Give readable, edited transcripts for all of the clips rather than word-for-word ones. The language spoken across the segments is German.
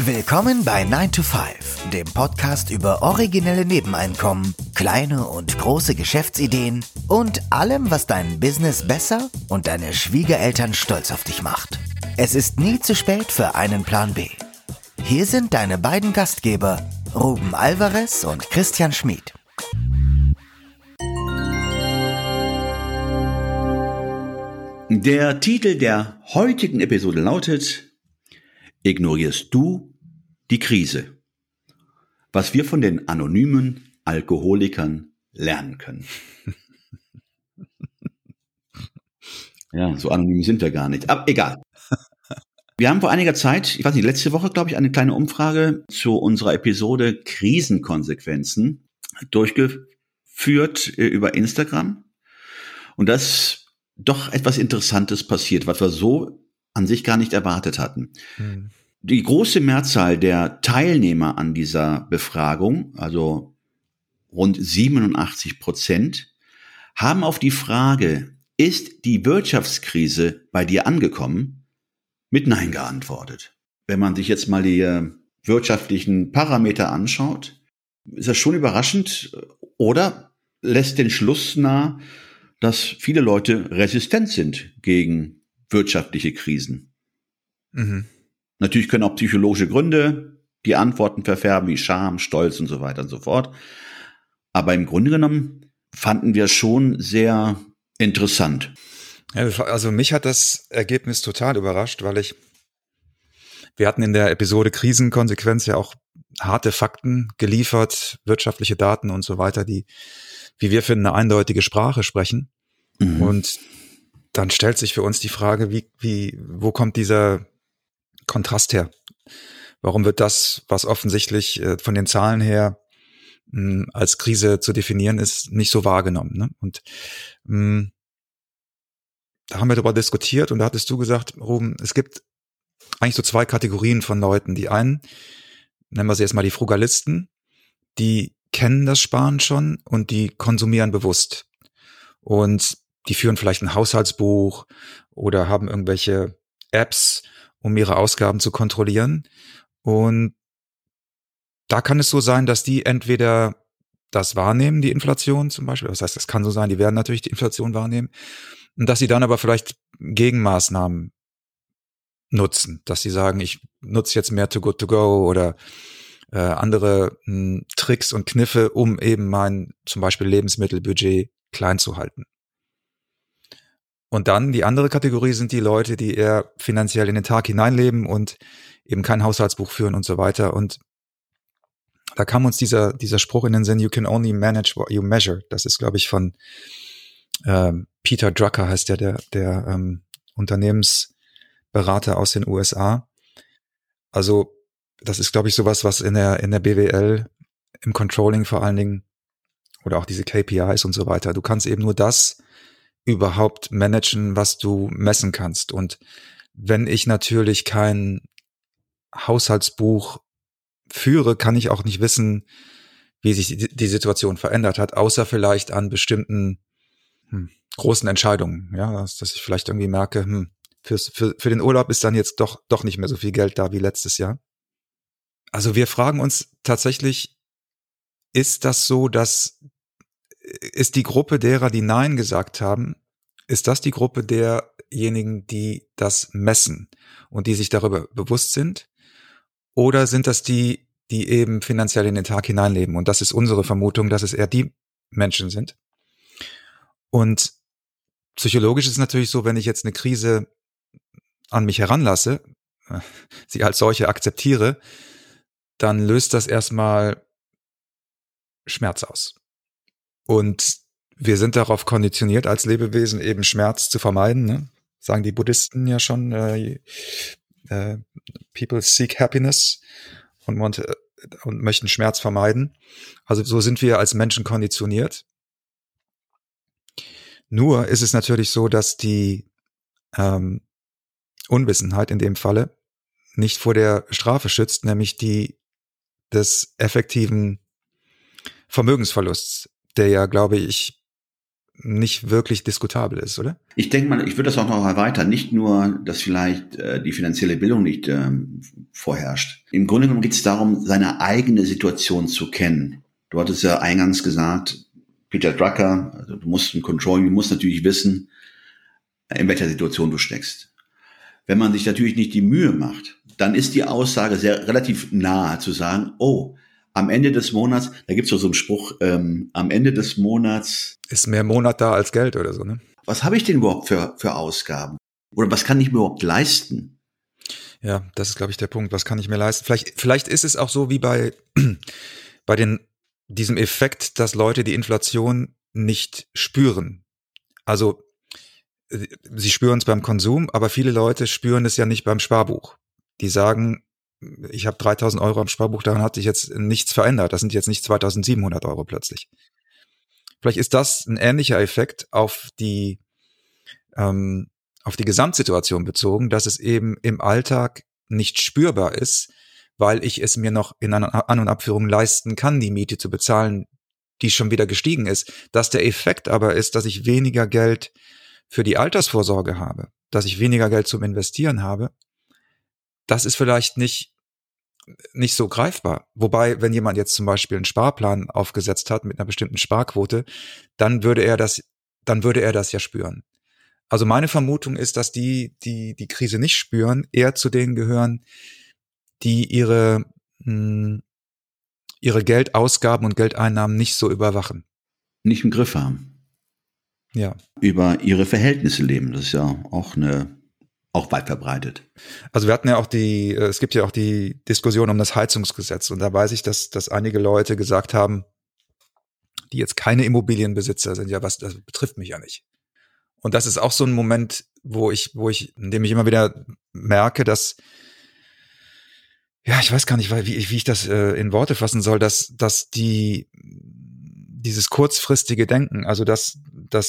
Willkommen bei 9 to 5, dem Podcast über originelle Nebeneinkommen, kleine und große Geschäftsideen und allem, was dein Business besser und deine Schwiegereltern stolz auf dich macht. Es ist nie zu spät für einen Plan B. Hier sind deine beiden Gastgeber, Ruben Alvarez und Christian Schmid. Der Titel der heutigen Episode lautet: Ignorierst du die Krise? Was wir von den anonymen Alkoholikern lernen können. Ja, so anonym sind wir gar nicht. Aber egal. Wir haben vor einiger Zeit, ich weiß nicht, letzte Woche, glaube ich, eine kleine Umfrage zu unserer Episode Krisenkonsequenzen durchgeführt über Instagram. Und das doch etwas Interessantes passiert, was wir so an sich gar nicht erwartet hatten. Die große Mehrzahl der Teilnehmer an dieser Befragung, also rund 87%, haben auf die Frage, ist die Wirtschaftskrise bei dir angekommen, mit Nein geantwortet. Wenn man sich jetzt mal die wirtschaftlichen Parameter anschaut, ist das schon überraschend oder lässt den Schluss nahe, dass viele Leute resistent sind gegen wirtschaftliche Krisen. Natürlich können auch psychologische Gründe die Antworten verfärben, wie Scham, Stolz und so weiter und so fort. Aber im Grunde genommen fanden wir es schon sehr interessant. Ja, also mich hat das Ergebnis total überrascht, weil wir hatten in der Episode Krisenkonsequenz ja auch harte Fakten geliefert, wirtschaftliche Daten und so weiter, die, wie wir finden, eine eindeutige Sprache sprechen. Und dann stellt sich für uns die Frage, wo kommt dieser Kontrast her? Warum wird das, was offensichtlich von den Zahlen her als Krise zu definieren ist, nicht so wahrgenommen? Ne? Und da haben wir darüber diskutiert und da hattest du gesagt, Ruben, es gibt eigentlich so zwei Kategorien von Leuten. Die einen, nennen wir sie erstmal die Frugalisten, die kennen das Sparen schon und die konsumieren bewusst. Und die führen vielleicht ein Haushaltsbuch oder haben irgendwelche Apps, um ihre Ausgaben zu kontrollieren. Und da kann es so sein, dass die entweder das wahrnehmen, die Inflation zum Beispiel. Das heißt, das kann so sein, die werden natürlich die Inflation wahrnehmen. Und dass sie dann aber vielleicht Gegenmaßnahmen nutzen. Dass sie sagen, ich nutze jetzt mehr Too Good To Go oder andere Tricks und Kniffe, um eben mein zum Beispiel Lebensmittelbudget klein zu halten. Und dann die andere Kategorie sind die Leute, die eher finanziell in den Tag hineinleben und eben kein Haushaltsbuch führen und so weiter. Und da kam uns dieser Spruch in den Sinn, you can only manage what you measure. Das ist, glaube ich, von Peter Drucker, heißt der Unternehmensberater aus den USA. Also das ist, glaube ich, sowas, was in der BWL, im Controlling vor allen Dingen, oder auch diese KPIs und so weiter. Du kannst eben nur das überhaupt managen, was du messen kannst. Und wenn ich natürlich kein Haushaltsbuch führe, kann ich auch nicht wissen, wie sich die Situation verändert hat, außer vielleicht an bestimmten großen Entscheidungen. Ja, dass ich vielleicht irgendwie merke, für den Urlaub ist dann jetzt doch nicht mehr so viel Geld da wie letztes Jahr. Also wir fragen uns tatsächlich, ist das so, ist die Gruppe derer, die Nein gesagt haben, ist das die Gruppe derjenigen, die das messen und die sich darüber bewusst sind? Oder sind das die eben finanziell in den Tag hineinleben? Und das ist unsere Vermutung, dass es eher die Menschen sind. Und psychologisch ist es natürlich so, wenn ich jetzt eine Krise an mich heranlasse, sie als solche akzeptiere, dann löst das erstmal Schmerz aus. Und wir sind darauf konditioniert, als Lebewesen eben Schmerz zu vermeiden. Ne? Sagen die Buddhisten ja schon, people seek happiness und möchten Schmerz vermeiden. Also so sind wir als Menschen konditioniert. Nur ist es natürlich so, dass die Unwissenheit in dem Falle nicht vor der Strafe schützt, nämlich die des effektiven Vermögensverlusts, der ja, glaube ich, nicht wirklich diskutabel ist, oder? Ich denke mal, ich würde das auch noch erweitern. Nicht nur, dass vielleicht die finanzielle Bildung nicht vorherrscht. Im Grunde genommen geht es darum, seine eigene Situation zu kennen. Du hattest ja eingangs gesagt, Peter Drucker, also du musst im Controlling, du musst natürlich wissen, in welcher Situation du steckst. Wenn man sich natürlich nicht die Mühe macht, dann ist die Aussage relativ nahe zu sagen, oh, am Ende des Monats, da gibt's doch so einen Spruch, am Ende des Monats ist mehr Monat da als Geld oder so, ne? Was habe ich denn überhaupt für Ausgaben? Oder was kann ich mir überhaupt leisten? Ja, das ist, glaube ich, der Punkt. Was kann ich mir leisten? Vielleicht ist es auch so wie bei diesem Effekt, dass Leute die Inflation nicht spüren. Also sie spüren es beim Konsum, aber viele Leute spüren es ja nicht beim Sparbuch. Die sagen, ich habe 3.000 Euro am Sparbuch, daran hat sich jetzt nichts verändert. Das sind jetzt nicht 2.700 Euro plötzlich. Vielleicht ist das ein ähnlicher Effekt auf die Gesamtsituation bezogen, dass es eben im Alltag nicht spürbar ist, weil ich es mir noch in einer An- und Abführung leisten kann, die Miete zu bezahlen, die schon wieder gestiegen ist. Dass der Effekt aber ist, dass ich weniger Geld für die Altersvorsorge habe, dass ich weniger Geld zum Investieren habe, das ist vielleicht nicht so greifbar. Wobei, wenn jemand jetzt zum Beispiel einen Sparplan aufgesetzt hat mit einer bestimmten Sparquote, dann würde er das ja spüren. Also meine Vermutung ist, dass die Krise nicht spüren, eher zu denen gehören, die ihre Geldausgaben und Geldeinnahmen nicht so überwachen. Nicht im Griff haben. Ja. Über ihre Verhältnisse leben. Das ist ja auch weit verbreitet. Also wir hatten ja auch es gibt ja auch die Diskussion um das Heizungsgesetz. Und da weiß ich, dass einige Leute gesagt haben, die jetzt keine Immobilienbesitzer sind, ja, das betrifft mich ja nicht. Und das ist auch so ein Moment, in dem ich immer wieder merke, dass, ja, ich weiß gar nicht, wie ich das in Worte fassen soll, dass dieses kurzfristige Denken, also dass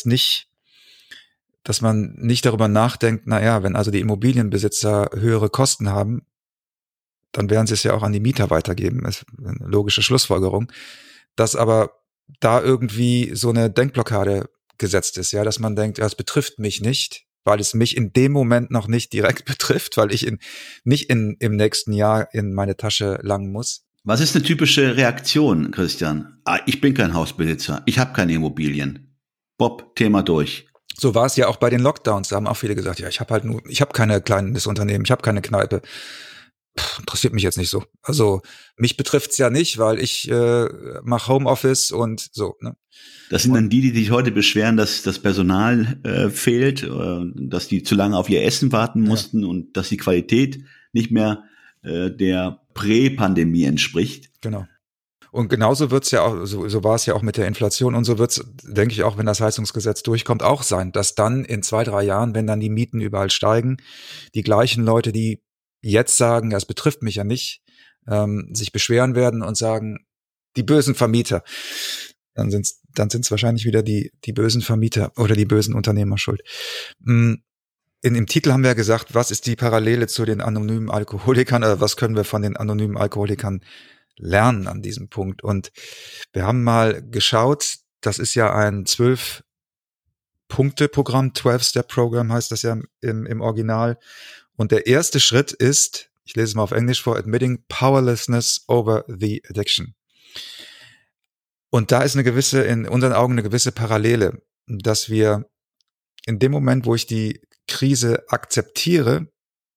man nicht darüber nachdenkt, wenn also die Immobilienbesitzer höhere Kosten haben, dann werden sie es ja auch an die Mieter weitergeben. Das ist eine logische Schlussfolgerung. Dass aber da irgendwie so eine Denkblockade gesetzt ist, ja, dass man denkt, es betrifft mich nicht, weil es mich in dem Moment noch nicht direkt betrifft, weil ich nicht im nächsten Jahr in meine Tasche langen muss. Was ist eine typische Reaktion, Christian? Ich bin kein Hausbesitzer, ich habe keine Immobilien. Bob, Thema durch. So war es ja auch bei den Lockdowns. Da haben auch viele gesagt, ja, ich habe keine kleines Unternehmen, ich habe keine Kneipe. Interessiert mich jetzt nicht so. Also mich betrifft's ja nicht, weil ich mache Homeoffice und so. Ne? Das sind dann die sich heute beschweren, dass das Personal fehlt, dass die zu lange auf ihr Essen warten mussten und dass die Qualität nicht mehr der Prä-Pandemie entspricht. Genau. Und genauso wird's ja auch, so war es ja auch mit der Inflation und so wird's, denke ich, auch, wenn das Heizungsgesetz durchkommt, auch sein, dass dann in 2-3 Jahren, wenn dann die Mieten überall steigen, die gleichen Leute, die jetzt sagen, es betrifft mich ja nicht, sich beschweren werden und sagen, die bösen Vermieter. Dann sind's wahrscheinlich wieder die bösen Vermieter oder die bösen Unternehmer schuld. Im Titel haben wir ja gesagt, was ist die Parallele zu den anonymen Alkoholikern, oder was können wir von den anonymen Alkoholikern lernen an diesem Punkt? Und wir haben mal geschaut, das ist ja ein 12-Punkte-Programm, 12-Step-Program heißt das ja im Original. Und der erste Schritt ist, ich lese es mal auf Englisch vor, admitting powerlessness over the addiction. Und da ist in unseren Augen eine gewisse Parallele, dass wir in dem Moment, wo ich die Krise akzeptiere,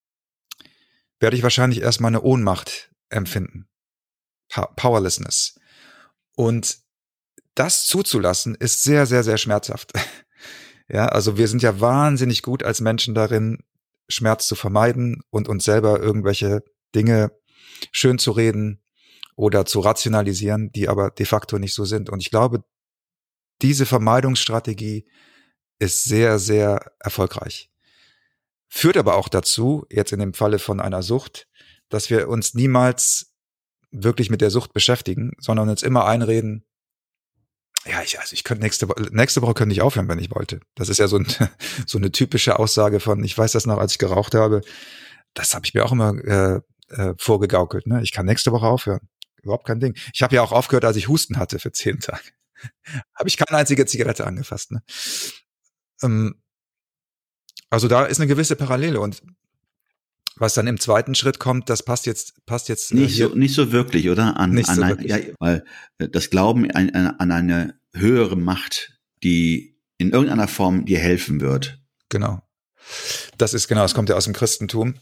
werde ich wahrscheinlich erstmal eine Ohnmacht empfinden. Powerlessness. Und das zuzulassen ist sehr, sehr, sehr schmerzhaft. Ja, also wir sind ja wahnsinnig gut als Menschen darin, Schmerz zu vermeiden und uns selber irgendwelche Dinge schön zu reden oder zu rationalisieren, die aber de facto nicht so sind. Und ich glaube, diese Vermeidungsstrategie ist sehr, sehr erfolgreich. Führt aber auch dazu, jetzt in dem Falle von einer Sucht, dass wir uns niemals wirklich mit der Sucht beschäftigen, sondern uns immer einreden, ja, ich könnte nächste Woche könnte ich aufhören, wenn ich wollte. Das ist ja so eine typische Aussage von, ich weiß das noch, als ich geraucht habe, das habe ich mir auch immer vorgegaukelt. Ne? Ich kann nächste Woche aufhören. Überhaupt kein Ding. Ich habe ja auch aufgehört, als ich Husten hatte für 10 Tage. Habe ich keine einzige Zigarette angefasst. Ne? Also da ist eine gewisse Parallele und Was dann im zweiten Schritt kommt, das passt jetzt nicht so wirklich, oder? Ja, weil das Glauben an eine höhere Macht, die in irgendeiner Form dir helfen wird. Genau. Das kommt ja aus dem Christentum.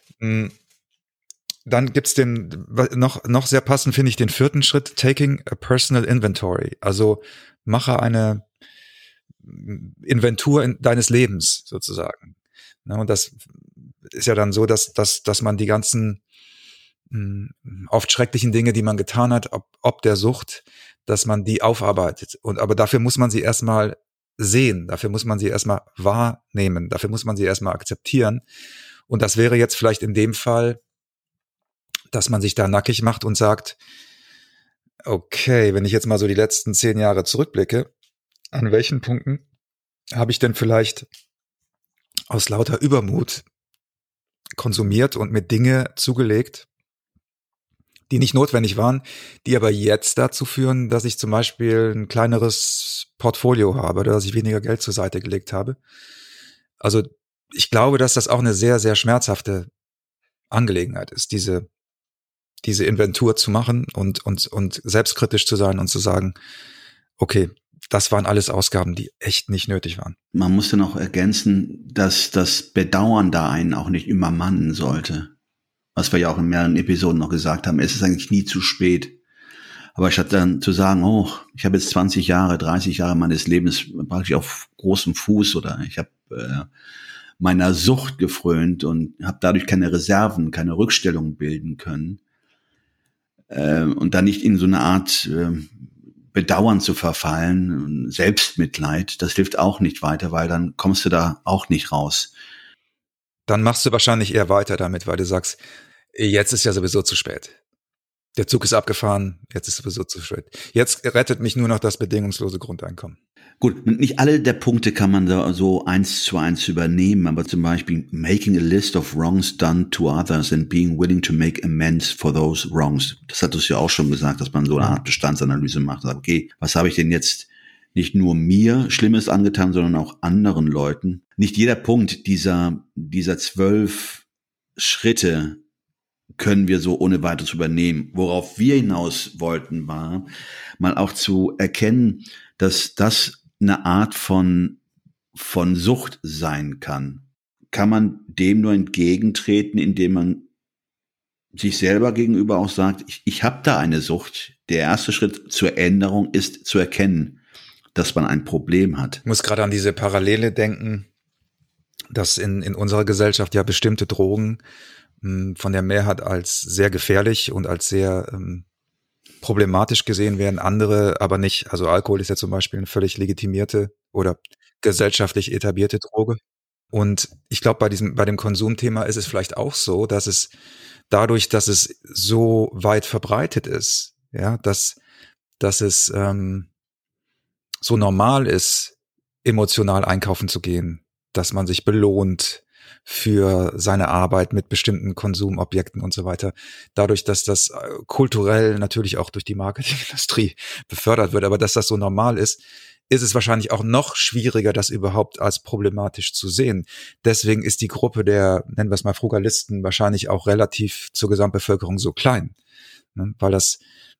Dann gibt's noch sehr passend, finde ich, den vierten Schritt, taking a personal inventory. Also mache eine Inventur deines Lebens sozusagen. Und das ist ja dann so, dass man die ganzen oft schrecklichen Dinge, die man getan hat, ob der Sucht, dass man die aufarbeitet. Aber dafür muss man sie erstmal sehen, dafür muss man sie erstmal wahrnehmen, dafür muss man sie erstmal akzeptieren. Und das wäre jetzt vielleicht in dem Fall, dass man sich da nackig macht und sagt, okay, wenn ich jetzt mal so die letzten 10 Jahre zurückblicke, an welchen Punkten habe ich denn vielleicht aus lauter Übermut konsumiert und mir Dinge zugelegt, die nicht notwendig waren, die aber jetzt dazu führen, dass ich zum Beispiel ein kleineres Portfolio habe oder dass ich weniger Geld zur Seite gelegt habe. Also ich glaube, dass das auch eine sehr, sehr schmerzhafte Angelegenheit ist, diese Inventur zu machen und selbstkritisch zu sein und zu sagen, okay, das waren alles Ausgaben, die echt nicht nötig waren. Man muss dann auch ergänzen, dass das Bedauern da einen auch nicht übermannen sollte. Was wir ja auch in mehreren Episoden noch gesagt haben, es ist eigentlich nie zu spät. Aber statt dann zu sagen, oh, ich habe jetzt 20 Jahre, 30 Jahre meines Lebens praktisch auf großem Fuß oder ich habe meiner Sucht gefrönt und habe dadurch keine Reserven, keine Rückstellungen bilden können und dann nicht in so eine Art Bedauern zu verfallen, Selbstmitleid, das hilft auch nicht weiter, weil dann kommst du da auch nicht raus. Dann machst du wahrscheinlich eher weiter damit, weil du sagst, jetzt ist ja sowieso zu spät. Der Zug ist abgefahren, jetzt ist sowieso zu spät. Jetzt rettet mich nur noch das bedingungslose Grundeinkommen. Gut, nicht alle der Punkte kann man da so 1:1 übernehmen, aber zum Beispiel making a list of wrongs done to others and being willing to make amends for those wrongs. Das hattest du ja auch schon gesagt, dass man so eine Art Bestandsanalyse macht. Sagt, okay, was habe ich denn jetzt nicht nur mir Schlimmes angetan, sondern auch anderen Leuten? Nicht jeder Punkt dieser 12 Schritte können wir so ohne weiteres übernehmen. Worauf wir hinaus wollten, war mal auch zu erkennen, dass das eine Art von Sucht sein kann. Kann man dem nur entgegentreten, indem man sich selber gegenüber auch sagt, ich habe da eine Sucht. Der erste Schritt zur Änderung ist zu erkennen, dass man ein Problem hat. Ich muss gerade an diese Parallele denken, dass in unserer Gesellschaft ja bestimmte Drogen von der Mehrheit als sehr gefährlich und als sehr problematisch gesehen werden, andere aber nicht. Also Alkohol ist ja zum Beispiel eine völlig legitimierte oder gesellschaftlich etablierte Droge. Und ich glaube, bei dem Konsumthema ist es vielleicht auch so, dass es dadurch, dass es so weit verbreitet ist, ja, dass es so normal ist, emotional einkaufen zu gehen, dass man sich belohnt für seine Arbeit mit bestimmten Konsumobjekten und so weiter. Dadurch, dass das kulturell natürlich auch durch die Marketingindustrie befördert wird, aber dass das so normal ist es wahrscheinlich auch noch schwieriger, das überhaupt als problematisch zu sehen. Deswegen ist die Gruppe der, nennen wir es mal Frugalisten, wahrscheinlich auch relativ zur Gesamtbevölkerung so klein, ne? Weil das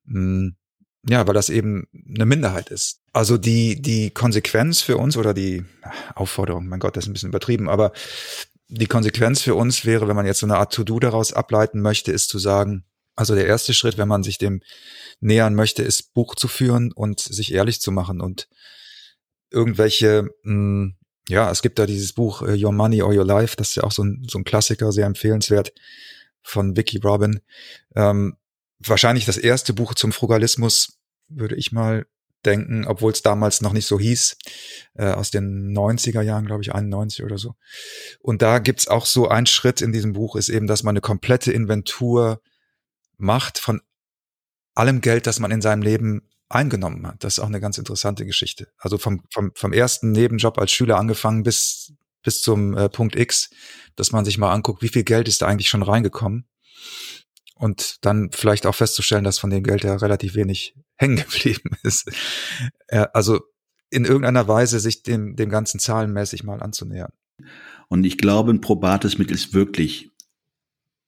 eben eine Minderheit ist. Also die Konsequenz für uns oder die Aufforderung, mein Gott, das ist ein bisschen übertrieben, aber die Konsequenz für uns wäre, wenn man jetzt so eine Art To-Do daraus ableiten möchte, ist zu sagen, also der erste Schritt, wenn man sich dem nähern möchte, ist Buch zu führen und sich ehrlich zu machen und irgendwelche, es gibt da dieses Buch Your Money or Your Life, das ist ja auch so ein Klassiker, sehr empfehlenswert, von Vicki Robin. Wahrscheinlich das erste Buch zum Frugalismus, würde ich mal denken, obwohl es damals noch nicht so hieß, aus den 90er Jahren, glaube ich, 91 oder so. Und da gibt's auch so ein Schritt in diesem Buch, ist eben, dass man eine komplette Inventur macht von allem Geld, das man in seinem Leben eingenommen hat. Das ist auch eine ganz interessante Geschichte. Also vom ersten Nebenjob als Schüler angefangen bis zum Punkt X, dass man sich mal anguckt, wie viel Geld ist da eigentlich schon reingekommen. Und dann vielleicht auch festzustellen, dass von dem Geld ja relativ wenig hängen geblieben ist. Also in irgendeiner Weise sich dem Ganzen zahlenmäßig mal anzunähern. Und ich glaube, ein probates Mittel ist wirklich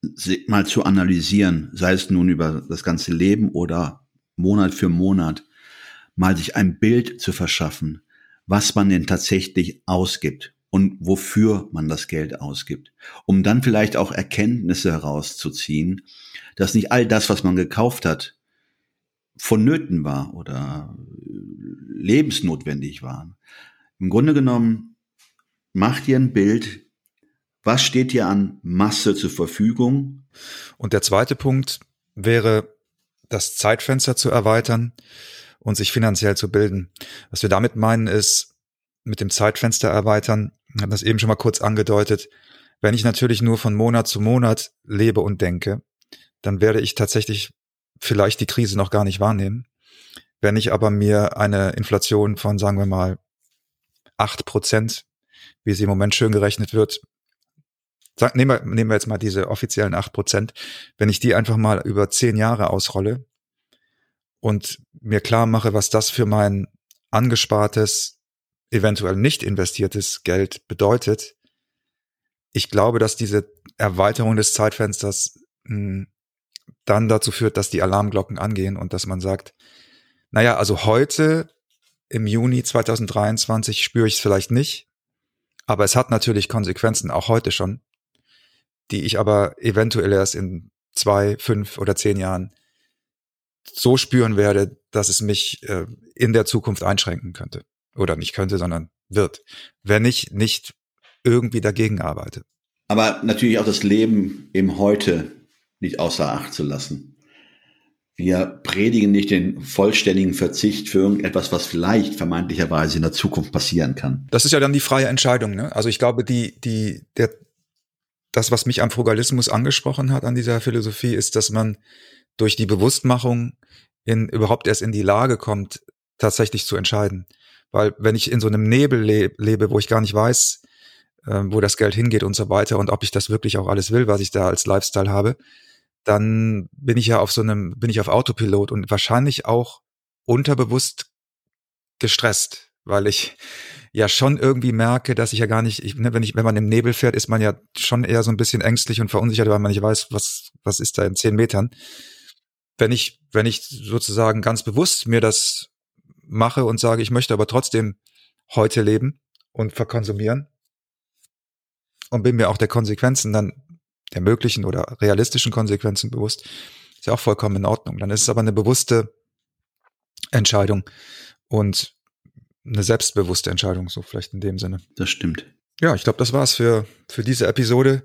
mal zu analysieren, sei es nun über das ganze Leben oder Monat für Monat, mal sich ein Bild zu verschaffen, was man denn tatsächlich ausgibt und wofür man das Geld ausgibt, um dann vielleicht auch Erkenntnisse herauszuziehen, dass nicht all das, was man gekauft hat, vonnöten war oder lebensnotwendig war. Im Grunde genommen, mach dir ein Bild, was steht dir an Masse zur Verfügung? Und der zweite Punkt wäre, das Zeitfenster zu erweitern und sich finanziell zu bilden. Was wir damit meinen ist, mit dem Zeitfenster erweitern, ich habe das eben schon mal kurz angedeutet, wenn ich natürlich nur von Monat zu Monat lebe und denke, dann werde ich tatsächlich vielleicht die Krise noch gar nicht wahrnehmen. Wenn ich aber mir eine Inflation von, sagen wir mal, 8%, wie sie im Moment schön gerechnet wird, nehmen wir jetzt mal diese offiziellen 8%, wenn ich die einfach mal über 10 Jahre ausrolle und mir klar mache, was das für mein angespartes, eventuell nicht investiertes Geld bedeutet, ich glaube, dass diese Erweiterung des Zeitfensters dann dazu führt, dass die Alarmglocken angehen und dass man sagt, naja, also heute im Juni 2023 spüre ich es vielleicht nicht, aber es hat natürlich Konsequenzen, auch heute schon, die ich aber eventuell erst in 2, 5 oder 10 Jahren so spüren werde, dass es mich in der Zukunft einschränken könnte. Oder nicht könnte, sondern wird, wenn ich nicht irgendwie dagegen arbeite. Aber natürlich auch das Leben im Heute nicht außer Acht zu lassen. Wir predigen nicht den vollständigen Verzicht für irgendetwas, was vielleicht vermeintlicherweise in der Zukunft passieren kann. Das ist ja dann die freie Entscheidung, ne? Also ich glaube, das, was mich am Frugalismus angesprochen hat an dieser Philosophie, ist, dass man durch die Bewusstmachung überhaupt erst in die Lage kommt, tatsächlich zu entscheiden. Weil wenn ich in so einem Nebel lebe, wo ich gar nicht weiß, wo das Geld hingeht und so weiter und ob ich das wirklich auch alles will, was ich da als Lifestyle habe, dann bin ich auf Autopilot und wahrscheinlich auch unterbewusst gestresst, weil ich ja schon irgendwie merke, dass ich ja gar nicht, wenn man im Nebel fährt, ist man ja schon eher so ein bisschen ängstlich und verunsichert, weil man nicht weiß, was ist da in 10 Metern. Wenn ich sozusagen ganz bewusst mir das mache und sage, ich möchte aber trotzdem heute leben und verkonsumieren und bin mir auch der Konsequenzen dann, der möglichen oder realistischen Konsequenzen bewusst, ist ja auch vollkommen in Ordnung. Dann ist es aber eine bewusste Entscheidung und eine selbstbewusste Entscheidung, so vielleicht in dem Sinne. Das stimmt. Ja, ich glaube, das war's für diese Episode.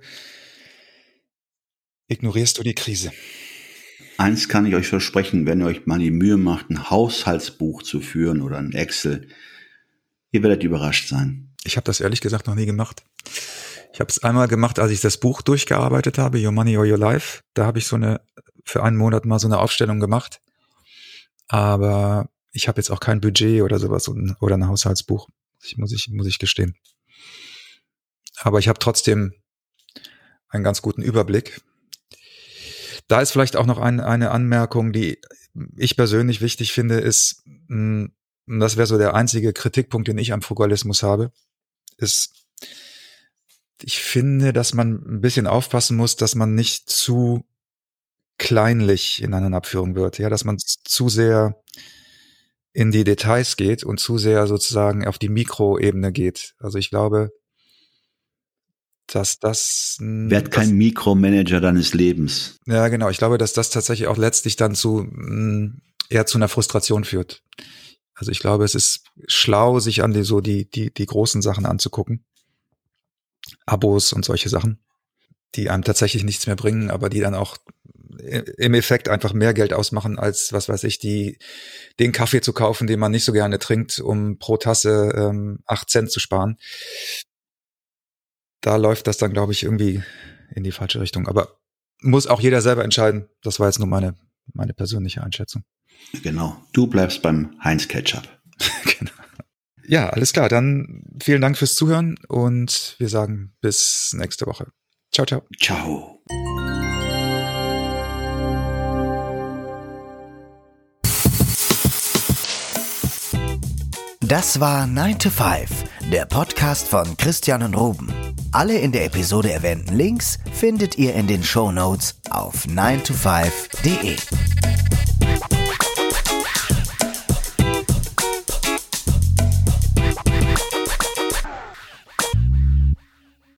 Ignorierst du die Krise? Eins kann ich euch versprechen, wenn ihr euch mal die Mühe macht, ein Haushaltsbuch zu führen oder ein Excel, ihr werdet überrascht sein. Ich habe das ehrlich gesagt noch nie gemacht. Ich habe es einmal gemacht, als ich das Buch durchgearbeitet habe, Your Money or Your Life. Da habe ich für einen Monat mal so eine Aufstellung gemacht. Aber ich habe jetzt auch kein Budget oder sowas oder ein Haushaltsbuch. Muss ich gestehen. Aber ich habe trotzdem einen ganz guten Überblick. Da ist vielleicht auch noch eine Anmerkung, die ich persönlich wichtig finde, ist, das wäre so der einzige Kritikpunkt, den ich am Frugalismus habe, ist, ich finde, dass man ein bisschen aufpassen muss, dass man nicht zu kleinlich in einer Abführung wird, ja, dass man zu sehr in die Details geht und zu sehr sozusagen auf die Mikroebene geht. Also ich glaube, dass das... Werd kein Mikromanager deines Lebens. Ja, genau. Ich glaube, dass das tatsächlich auch letztlich dann eher zu einer Frustration führt. Also ich glaube, es ist schlau, sich an die großen Sachen anzugucken. Abos und solche Sachen, die einem tatsächlich nichts mehr bringen, aber die dann auch im Effekt einfach mehr Geld ausmachen, als, was weiß ich, den Kaffee zu kaufen, den man nicht so gerne trinkt, um pro Tasse 8 Cent zu sparen. Da läuft das dann, glaube ich, irgendwie in die falsche Richtung. Aber muss auch jeder selber entscheiden. Das war jetzt nur meine persönliche Einschätzung. Genau. Du bleibst beim Heinz Ketchup. Genau. Ja, alles klar. Dann vielen Dank fürs Zuhören und wir sagen bis nächste Woche. Ciao, ciao. Ciao. Das war 9 to 5, der Podcast von Christian und Ruben. Alle in der Episode erwähnten Links findet ihr in den Shownotes auf 9to5.de.